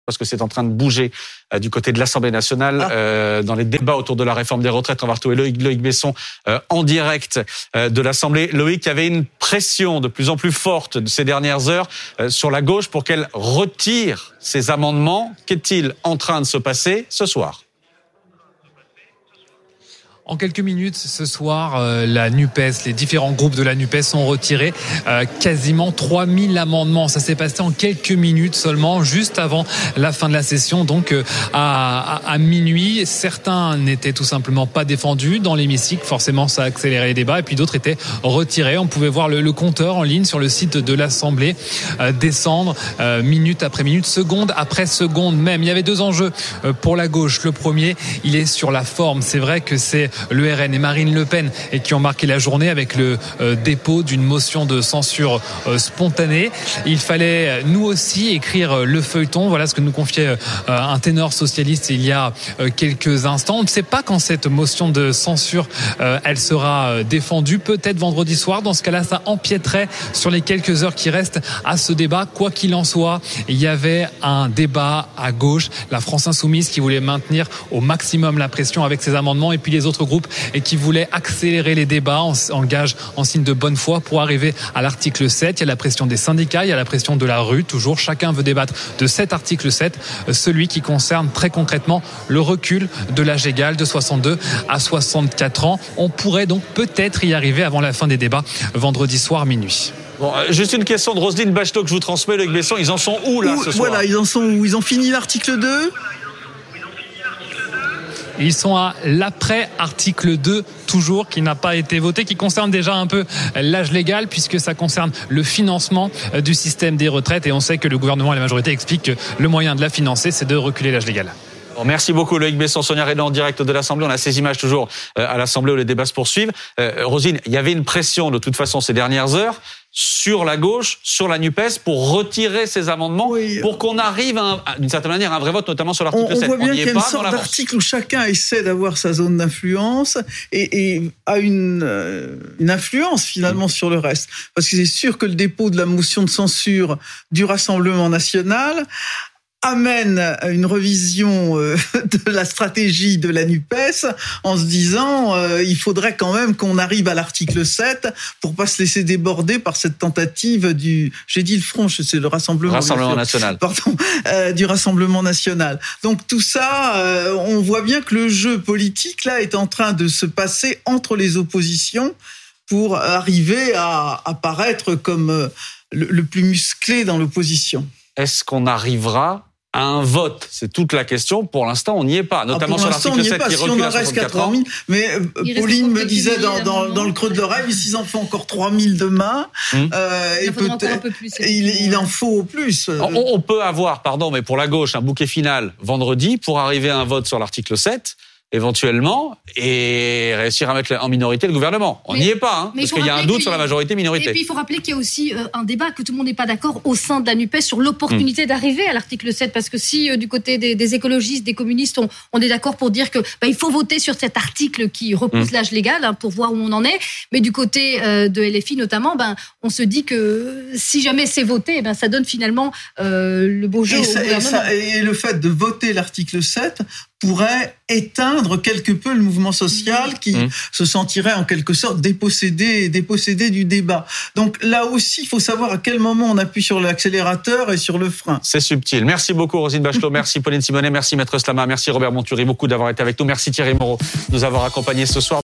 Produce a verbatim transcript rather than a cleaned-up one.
parce que c'est en train de bouger euh, du côté de l'Assemblée nationale ah. euh, dans les débats autour de la réforme des retraites. On va retrouver Loïc, Loïc Besson euh, en direct euh, de l'Assemblée. Loïc, il y avait une pression de plus en plus forte de ces dernières heures euh, sur la gauche pour qu'elle retire ces amendements. Qu'est-il en train de se passer ce soir ? En quelques minutes, ce soir, euh, la NUPES, les différents groupes de la NUPES ont retiré euh, quasiment trois mille amendements. Ça s'est passé en quelques minutes seulement, juste avant la fin de la session, donc euh, à, à, à minuit. Certains n'étaient tout simplement pas défendus dans l'hémicycle, forcément ça a accéléré les débats, et puis d'autres étaient retirés. On pouvait voir le, le compteur en ligne sur le site de l'Assemblée euh, descendre euh, minute après minute, seconde après seconde même. Il y avait deux enjeux euh, pour la gauche. Le premier, il est sur la forme. C'est vrai que c'est le R N et Marine Le Pen et qui ont marqué la journée avec le euh, dépôt d'une motion de censure euh, spontanée. Il fallait nous aussi écrire euh, le feuilleton. Voilà ce que nous confiait euh, un ténor socialiste il y a euh, quelques instants. On ne sait pas quand cette motion de censure euh, elle sera euh, défendue. Peut-être vendredi soir. Dans ce cas-là, ça empiéterait sur les quelques heures qui restent à ce débat. Quoi qu'il en soit, il y avait un débat à gauche. La France Insoumise qui voulait maintenir au maximum la pression avec ses amendements, et puis les autres groupes et qui voulait accélérer les débats en, en gage, en signe de bonne foi pour arriver à l'article sept. Il y a la pression des syndicats, il y a la pression de la rue, toujours. Chacun veut débattre de cet article sept, celui qui concerne très concrètement le recul de l'âge légal de soixante-deux à soixante-quatre ans. On pourrait donc peut-être y arriver avant la fin des débats vendredi soir minuit. Bon, juste une question de Roselyne Bachelot que je vous transmets, Loïc Besson. Ils en sont où là où, ce soir ? Voilà, ils en sont où ? Ils ont fini l'article deux ? Ils sont à l'après-article deux, toujours, qui n'a pas été voté, qui concerne déjà un peu l'âge légal, puisque ça concerne le financement du système des retraites. Et on sait que le gouvernement et la majorité expliquent que le moyen de la financer, c'est de reculer l'âge légal. Bon, merci beaucoup Loïc Besson. Sonia Rédan en direct de l'Assemblée. On a ces images toujours à l'Assemblée où les débats se poursuivent. Euh, Rosine, il y avait une pression de toute façon ces dernières heures sur la gauche, sur la NUPES, pour retirer ces amendements, oui. pour qu'on arrive à, un, d'une certaine manière à un vrai vote, notamment sur l'article on, sept. On voit bien on qu'il y a une sorte d'article où chacun essaie d'avoir sa zone d'influence et, et a une, euh, une influence finalement mmh. sur le reste. Parce que c'est sûr que le dépôt de la motion de censure du Rassemblement national amène une revision de la stratégie de la NUPES en se disant euh, il faudrait quand même qu'on arrive à l'article sept pour pas se laisser déborder par cette tentative du, j'ai dit le Front, c'est le Rassemblement, Rassemblement national, pardon, euh, du Rassemblement national. Donc tout ça, euh, on voit bien que le jeu politique là est en train de se passer entre les oppositions pour arriver à apparaître comme euh, le, le plus musclé dans l'opposition. Est-ce qu'on arrivera à un vote? C'est toute la question. Pour l'instant, on n'y est pas, notamment ah, sur l'article sept qui si recule à soixante-quatre ans. Mais Pauline me disait dans, dans, dans le creux de l'oreille, s'ils en font encore trois mille demain, hum. euh, il, et peut-être, plus, il, il en faut plus. On, on peut avoir, pardon, mais pour la gauche, un bouquet final vendredi pour arriver à un vote sur l'article sept. Éventuellement, et réussir à mettre en minorité le gouvernement. On n'y est pas, hein, parce qu'il y a un doute sur la majorité-minorité. Et puis il faut rappeler qu'il y a aussi euh, un débat, que tout le monde n'est pas d'accord au sein de la NUPES sur l'opportunité mmh. d'arriver à l'article sept, parce que si euh, du côté des, des écologistes, des communistes, on, on est d'accord pour dire que bah, il faut voter sur cet article qui repousse mmh. l'âge légal, hein, pour voir où on en est, mais du côté euh, de L F I notamment, ben, on se dit que si jamais c'est voté, ben, ça donne finalement euh, le beau jeu et au ça, gouvernement. Et, ça, et le fait de voter l'article sept pourrait éteindre quelque peu le mouvement social qui mmh. se sentirait en quelque sorte dépossédé, dépossédé du débat. Donc là aussi, il faut savoir à quel moment on appuie sur l'accélérateur et sur le frein. C'est subtil. Merci beaucoup Roselyne Bachelot, merci Pauline Simonet, merci Maître Slama, merci Robert Montury, beaucoup d'avoir été avec nous. Merci Thierry Moreau de nous avoir accompagnés ce soir.